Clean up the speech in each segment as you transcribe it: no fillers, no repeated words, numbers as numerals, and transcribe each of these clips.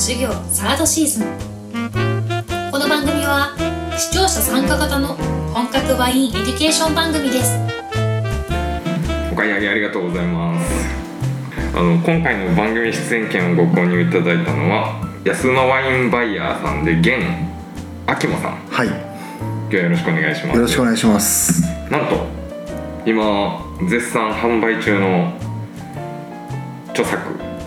授業サードシーズン。この番組は視聴者参加型の本格ワインエデュケーション番組です。 お買い上げありがとうございます。今回の番組出演権をご購入いただいたのは安馬ワインバイヤーさんで現秋野さん。 はい、 今日はよろしくお願いします。 よろしくお願いします。 なんと今絶賛販売中の著作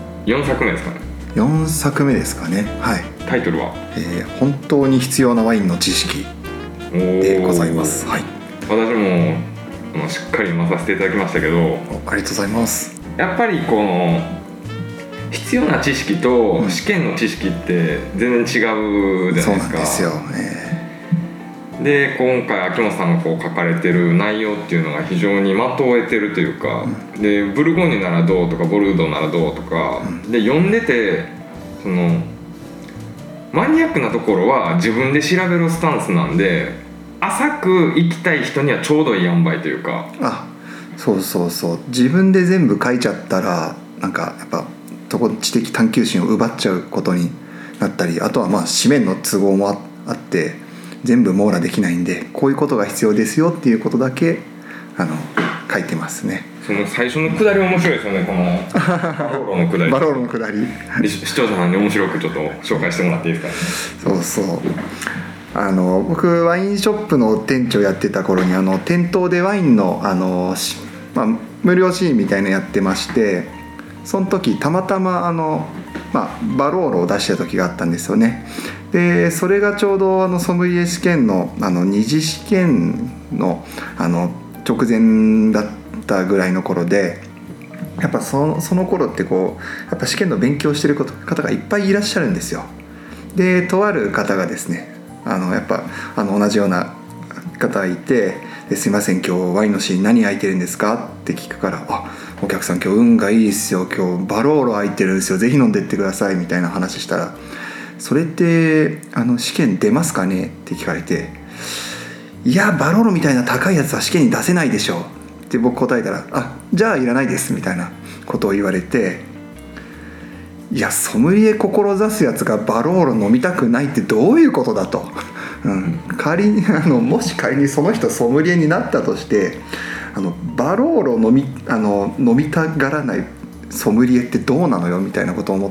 4作目ですかね。 4作目ですかね。はい。 タイトルは、 本当に必要なワインの知識でございます。はい。 私もしっかり読まさせていただきましたけど、 ありがとうございます。 やっぱりこの必要な知識と試験の知識って全然違うじゃないですか。 そうなんですよ。 で今回秋元さんがこう書かれてる内容っていうのが非常に的を得てるというか、でブルゴーニュならどうとかボルドーならどうとか、で読んでてそのマニアックなところは自分で調べるスタンスなんで、浅く行きたい人にはちょうどいい塩梅というか。 そう自分で全部書いちゃったらなんかやっぱ知的探求心を奪っちゃうことになったり、あとは紙面の都合もあって全部網羅できないんで、こういうことが必要ですよっていうことだけ書いてますね。 その最初のくだり面白いですよね。このバローロのくだりバローロのくだり視聴者さんに面白くちょっと紹介してもらっていいですかね。 そう僕ワインショップの店長やってた頃に店頭でワインの無料シーンみたいなのやってまして、その時たまたまバローロを出した時があったんですよね。でそれがちょうどソムリエ試験の二次試験の直前だったぐらいの頃で、やっぱその頃ってこうやっぱ試験の勉強してる方がいっぱいいらっしゃるんですよ。でとある方がですねやっぱ同じような方がいて、ですいません今日ワインのシーン何空いてるんですかって聞くから、お客さん今日運がいいですよ、今日バローロ空いてるんですよ、ぜひ飲んでってくださいみたいな話したら、それって試験出ますかねって聞かれて、いやバローロみたいな高いやつは試験に出せないでしょって僕答えたら、じゃあいらないですみたいなことを言われて、いやソムリエ志すやつがバローロ飲みたくないってどういうことだと、仮にもし仮にその人ソムリエになったとしてバローロ飲みたがらないソムリエってどうなのよみたいなことを思って、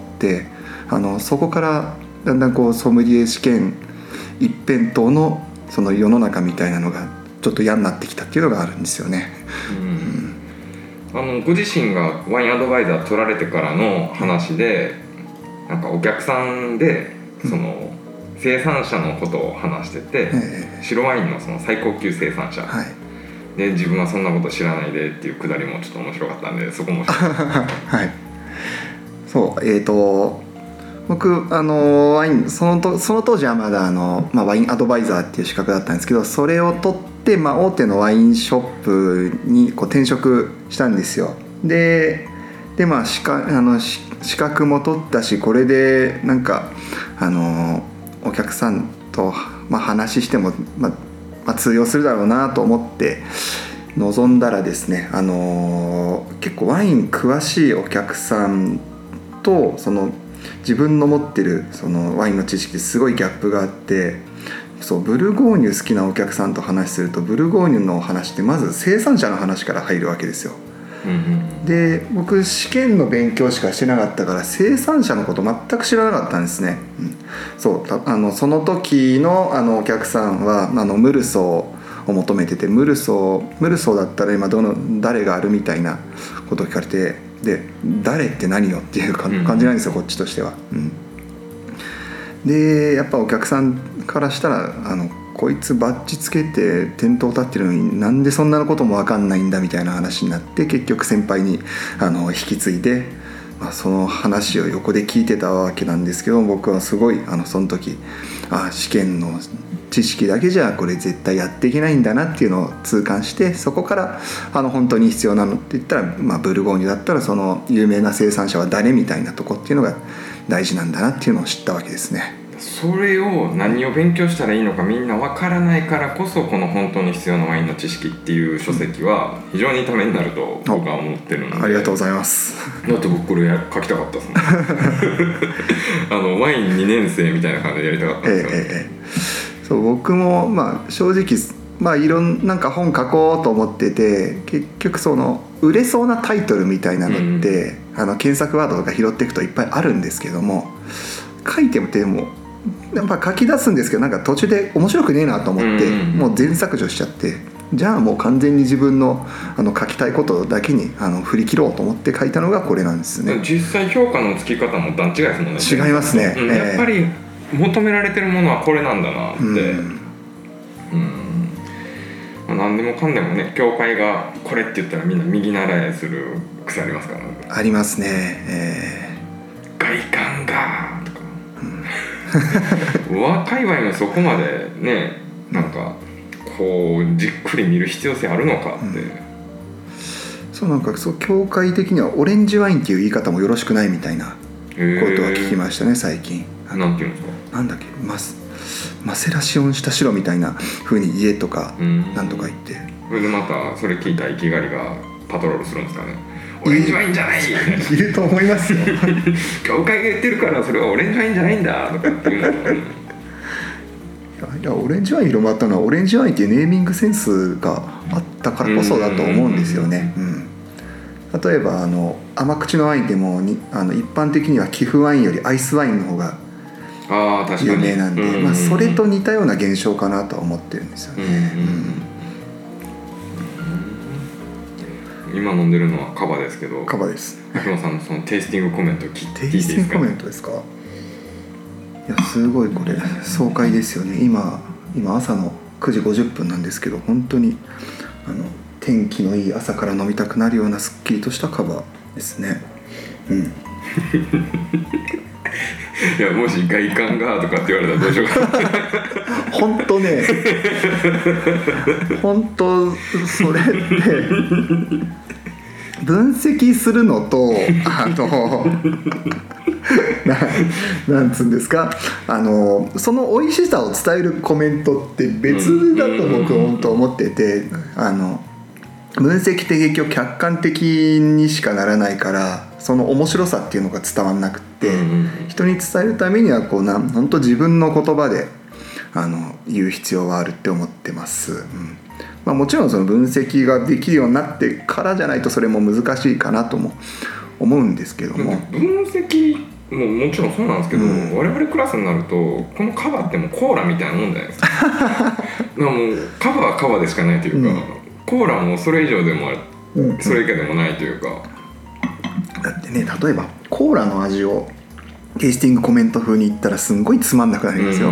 そこからだんだんこうソムリエ試験一辺倒のその世の中みたいなのがちょっと嫌になってきたっていうのがあるんですよね。 ご自身がワインアドバイザー取られてからの話で、なんかお客さんでその生産者のことを話してて、白ワインのその最高級生産者、で自分はそんなこと知らないでっていうくだりもちょっと面白かったんで、そこもはい。そう僕ワインその当時はまだワインアドバイザーっていう資格だったんですけど、それを取って、大手のワインショップにこう転職したんですよ。で資格も取ったし、これでなんかお客さんと、話しても、通用するだろうなと思って臨んだらですね、結構ワイン詳しいお客さんと自分の持ってるそのワインの知識すごいギャップがあって、ブルゴーニュ好きなお客さんと話すると、ブルゴーニュの話ってまず生産者の話から入るわけですよ。で僕試験の勉強しかしてなかったから生産者のこと全く知らなかったんですね。その時のお客さんはムルソーを求めてて、ムルソーだったら今誰があるみたいなことを聞かれて、で誰って何よっていう感じなんですよ、こっちとしては。でやっぱお客さんからしたらこいつバッジつけて店頭立ってるのになんでそんなことも分かんないんだみたいな話になって、結局先輩に引き継いで、その話を横で聞いてたわけなんですけど、僕はすごいその時試験の知識だけじゃこれ絶対やっていけないんだなっていうのを痛感して、そこから本当に必要なのって言ったら、ブルゴーニュだったらその有名な生産者は誰みたいなとこっていうのが大事なんだなっていうのを知ったわけですね。 それを何を勉強したらいいのかみんなわからないからこそ、この本当に必要なワインの知識っていう書籍は非常にためになると僕は思ってるので。 ありがとうございます。 だって僕これ書きたかったですもんワイン2年生みたいな感じでやりたかったんですよ、 そう僕も正直いろんな本書こうと思ってて、結局その売れそうなタイトルみたいなのって、検索ワードとか拾っていくといっぱいあるんですけども、書いてもやっぱ書き出すんですけど、途中で面白くねえなと思って、もう全削除しちゃって、じゃあもう完全に自分の書きたいことだけに振り切ろうと思って書いたのがこれなんですね。 実際評価のつき方も段違いですもんね。 違いますね、 やっぱり求められてるものはこれなんだなって、何でもかんでもね、教会がこれって言ったらみんな右習いする癖ありますからね。 ありますね、 外観がとか、若いワインはそこまでね、こうじっくり見る必要性あるのかって、 そう教会的にはオレンジワインっていう言い方もよろしくないみたいなことは聞きましたね、最近。 なんていうんですか。 なんだっけ、マセラシオンした白みたいな風に家とかなんとか言って、 それでまたそれ聞いた生きがりがパトロールするんですかね。オレンジワインじゃないいると思いますよ教会が言ってるからそれはオレンジワインじゃないんだとかっていうのいやオレンジワイン広まったのはオレンジワインっていうネーミングセンスがあったからこそだと思うんですよね。例えば甘口のワインでも一般的には寄付ワインよりアイスワインの方が有名なんで、それと似たような現象かなとは思ってるんですよね。 今飲んでるのはカバですけど、 カバです。 秋元さんのそのテイスティングコメント聞いていいですか。 テイスティングコメントですか。いやすごいこれ爽快ですよね。今朝の9時50分なんですけど、本当に天気のいい朝から飲みたくなるようなすっきりとしたカバですね。 いやもし外観がとかって言われたらどうしようか本当ね本当それって分析するのとなんつうんですか、その美味しさを伝えるコメントって別だと僕本当思ってて、分析って結局客観的にしかならないから、その面白さっていうのが伝わんなくって、人に伝えるためには本当自分の言葉で言う必要はあるって思ってます。もちろんその分析ができるようになってからじゃないとそれも難しいかなとも思うんですけども、 分析もちろんそうなんですけど、我々クラスになるとこのカバってもうコーラみたいなもんじゃないですかもうカバはカバでしかないというか、コーラもそれ以上でもそれ以下でもないというか、 だってね、例えばコーラの味をテイスティングコメント風に言ったらすんごいつまんなくなりますよ。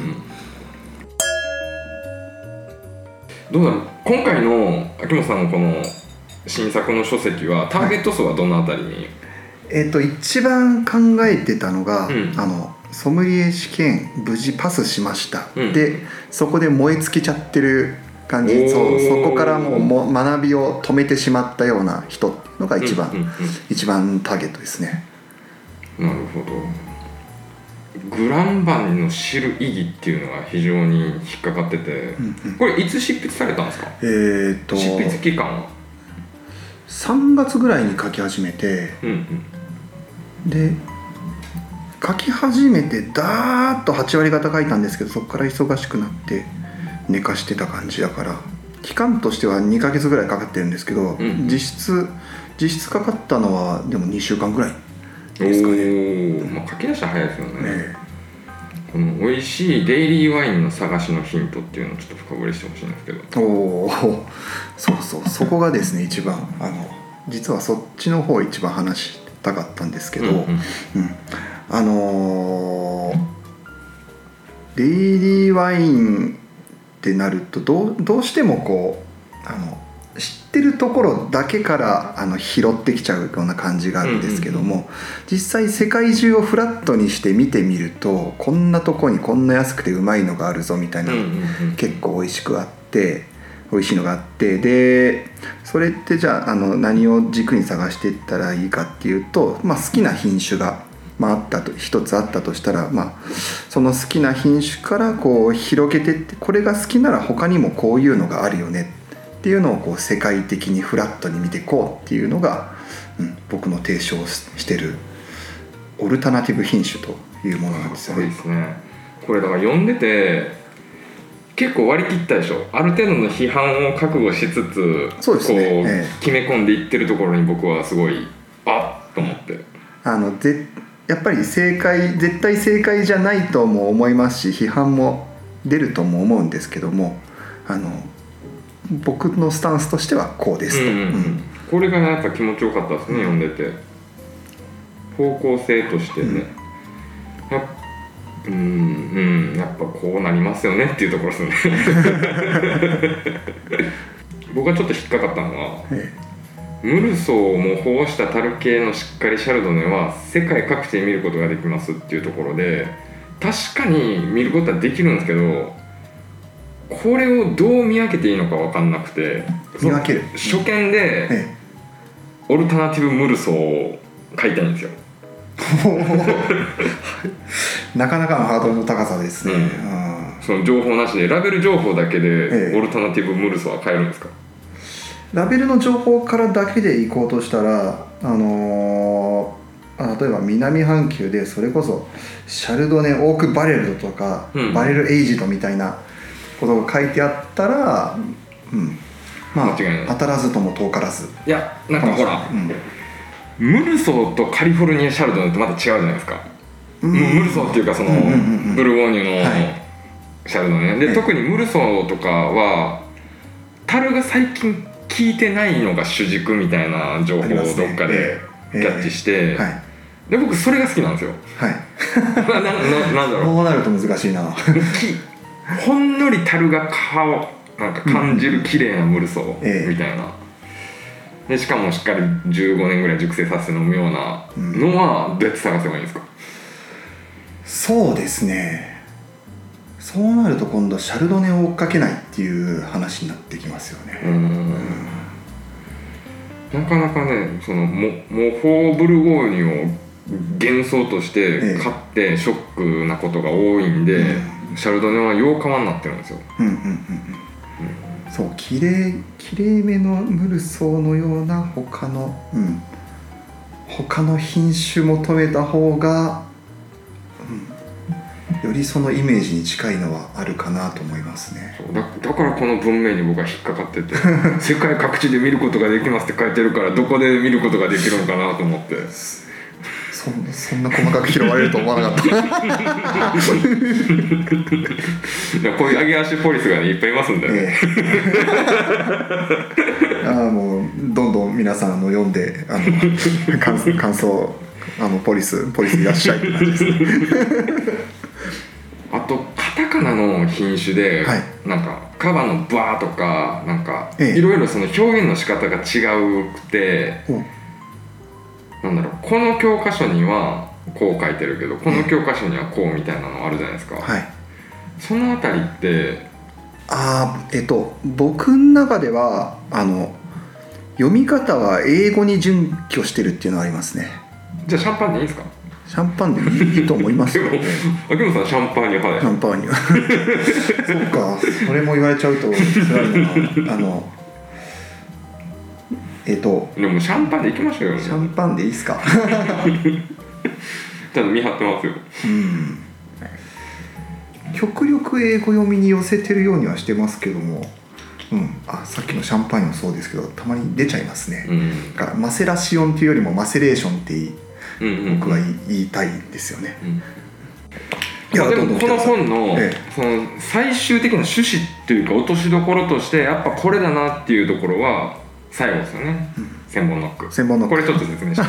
どうだろう、今回の秋元さんのこの新作の書籍はターゲット層はどのあたりに？ 一番考えてたのが、ソムリエ試験無事パスしました、でそこで燃え尽きちゃってる感じ、そこからもう学びを止めてしまったような人っていうのが一番ターゲットですね。 なるほど。グランバンの知る意義っていうのが非常に引っかかってて、これいつ執筆されたんですか？執筆期間は 3月ぐらいに書き始めて、で書き始めてダーッと8割方書いたんですけど、そこから忙しくなって寝かしてた感じだから、期間としては2ヶ月ぐらいかかってるんですけど、実質かかったのはでも2週間ぐらいですかね。 書き出したら早いですよね。この美味しいデイリーワインの探しのヒントっていうのをちょっと深掘りしてほしいんですけど。 そこがですね一番実はそっちの方を一番話したかったんですけど、デイリーワインってなるとどうしても知ってるところだけから拾ってきちゃうような感じがあるんですけども、実際世界中をフラットにして見てみると、こんなとこにこんな安くてうまいのがあるぞみたいな、結構美味しいのがあって、でそれってじゃあ何を軸に探していったらいいかっていうと、好きな品種が一つあったとしたら、その好きな品種からこう広げてって、これが好きなら他にもこういうのがあるよねっていうのをこう世界的にフラットに見ていこうっていうのが、僕の提唱してるオルタナティブ品種というものなんですよね。 そうですね。これだから読んでて結構割り切ったでしょ。ある程度の批判を覚悟しつつ、 そうですね、 こう決め込んでいってるところに僕はすごいあっと思って、 やっぱり絶対正解じゃないとも思いますし、批判も出るとも思うんですけども、僕のスタンスとしてはこうですと、 これがやっぱ気持ちよかったですね、読んでて。方向性としてね、やっぱこうなりますよねっていうところですね僕がちょっと引っかかったのは、ムルソーを模倣した樽系のしっかりシャルドネは世界各地で見ることができますっていうところで、確かに見ることはできるんですけど、これをどう見分けていいのか分かんなくて、 見分ける初見でオルタナティブムルソーを買いたいんですよなかなかのハードルの高さですね、 その情報なしでラベル情報だけでオルタナティブムルソーは買えるんですか？ ラベルの情報からだけでいこうとしたら、例えば南半球でそれこそシャルドネオークバレルドとか、バレルエイジドみたいなことが書いてあったら、間違いない、当たらずとも遠からず。 いや、なんかほら、ムルソーとカリフォルニアシャルドネってまた違うじゃないですか。ムルソーっていうかそのブルゴーニュのシャルドネで、特にムルソーとかは樽が最近効いてないのが主軸みたいな情報をどっかでキャッチして、で僕それが好きなんですよ。なんだろう、 こうなると難しいなほんのり樽がなんか感じる綺麗なムルソーみたいな、でしかもしっかり15年ぐらい熟成させて飲むようなのはどうやって探せばいいんですか？ そうですね、そうなると今度シャルドネを追っかけないっていう話になってきますよね。 なかなかね、そのモフォーブルゴーニュを幻想として買ってショックなことが多いんで、シャルドネはようかわになってるんですよ。そう、 きれいめのムルソーのような他の品種求めた方が、よりそのイメージに近いのはあるかなと思いますね。 だからこの文面に僕は引っかかってて世界各地で見ることができますって書いてるから、どこで見ることができるのかなと思って、 そんな細かく拾われると思わなかったこういう揚げ足ポリスが、ね、いっぱいいますんで、 もうどんどん皆さん読んで感想ポリスいらっしゃいって感じですねあとカタカナの品種で、なんかカバのバーとかなんかいろいろその表現の仕方が違うくて、なんだろう、この教科書にはこう書いてるけどこの教科書にはこうみたいなのあるじゃないですか。そのあたりって僕の中では読み方は英語に準拠してるっていうのがありますね。 じゃあシャンパンでいいんですか？ シャンパンでいいと思いますよ秋元さんシャンパーニュ派で。 シャンパーニュそうか、それも言われちゃうと辛いなでもシャンパンでいきましょうよ。 シャンパンでいいっすかただ見張ってますよ。 極力英語読みに寄せてるようにはしてますけども、さっきのシャンパーニュもそうですけどたまに出ちゃいますね。だからマセラシオンっていうよりもマセレーションって僕は言いたいんですよね。 でもこの本の、その最終的な趣旨っていうか落としどころとしてやっぱこれだなっていうところは最後ですよね。千本ノック。これちょっと説明します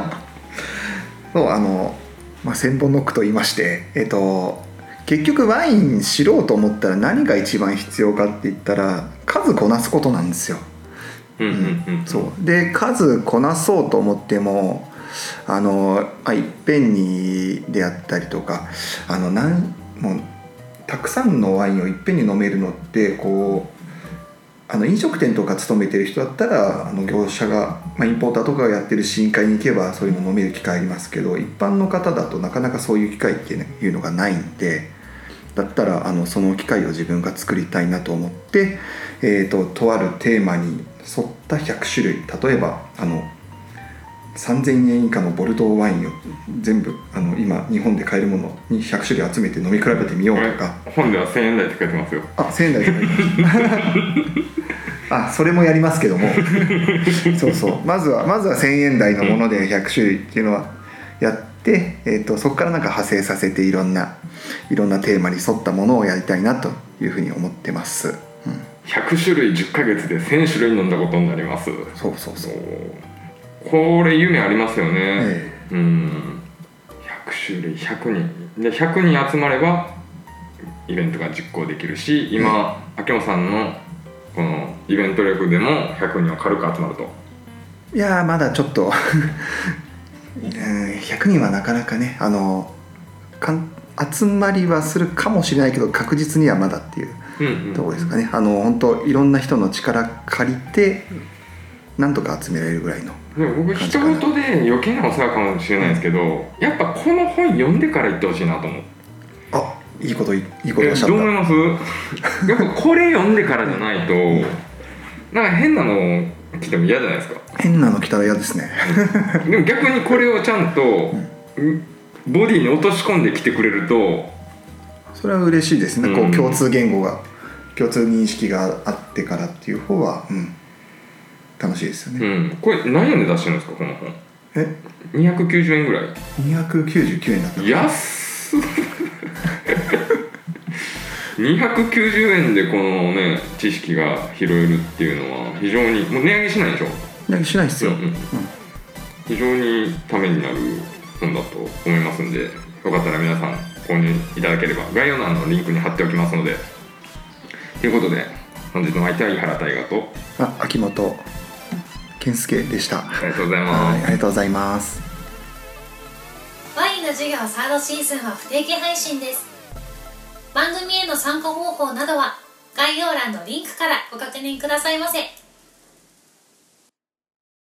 そう千本ノックと言いまして、結局ワイン知ろうと思ったら何が一番必要かって言ったら数こなすことなんですよ。そうで、数こなそうと思ってもいっぺんにであったりとかもうたくさんのワインをいっぺんに飲めるのってこ飲食店とか勤めてる人だったら業者が、インポーターとかがやってる試飲会に行けばそういうの飲める機会ありますけど、一般の方だとなかなかそういう機会っていうのがないんで、だったらその機会を自分が作りたいなと思って、とあるテーマに沿った100種類、例えば3000円以下のボルドーワインを全部今日本で買えるものに100種類集めて飲み比べてみようとか。 本では1000円台って書いてますよ。 1000円台って書いてますそれもやりますけどもそうそう、まずは1000円台のもので100種類っていうのはやって、そこからなんか派生させていろんなテーマに沿ったものをやりたいなというふうに思ってます、 100種類10ヶ月で1000種類飲んだことになります。 そうこれ夢ありますよね、100種類100人で100人集まればイベントが実行できるし、今秋元さんのこのイベント力でも100人は軽く集まると。 いやまだちょっと100人はなかなかね集まりはするかもしれないけど確実にはまだっていうところですかね。本当いろんな人の力借りてなんとか集められるぐらいの。 でも僕一言で余計なお世話かもしれないですけど、やっぱこの本読んでから行ってほしいなと思う。 いいことおっしゃった。 どう思います？やっぱこれ読んでからじゃないとなんか変なの来ても嫌じゃないですか。 変なの来たら嫌ですねでも逆にこれをちゃんとボディに落とし込んできてくれるとそれは嬉しいですね、こう共通言語が共通認識があってからっていう方は、楽しいですよね、 これ何円で出してるんですかこの本。290円ぐらい。 299円だった安っ290円でこのね知識が拾えるっていうのは非常にもう値上げしないでしょ。 値上げしないですよ、 非常にためになる本だと思いますんで、よかったら皆さん購入いただければ概要欄のリンクに貼っておきますので。ということで本日の相手は井原大河と秋元健介でした。 ありがとうございます。 ありがとうございます。 ワインの授業サードシーズンは不定期配信です。番組への参加方法などは概要欄のリンクからご確認くださいませ。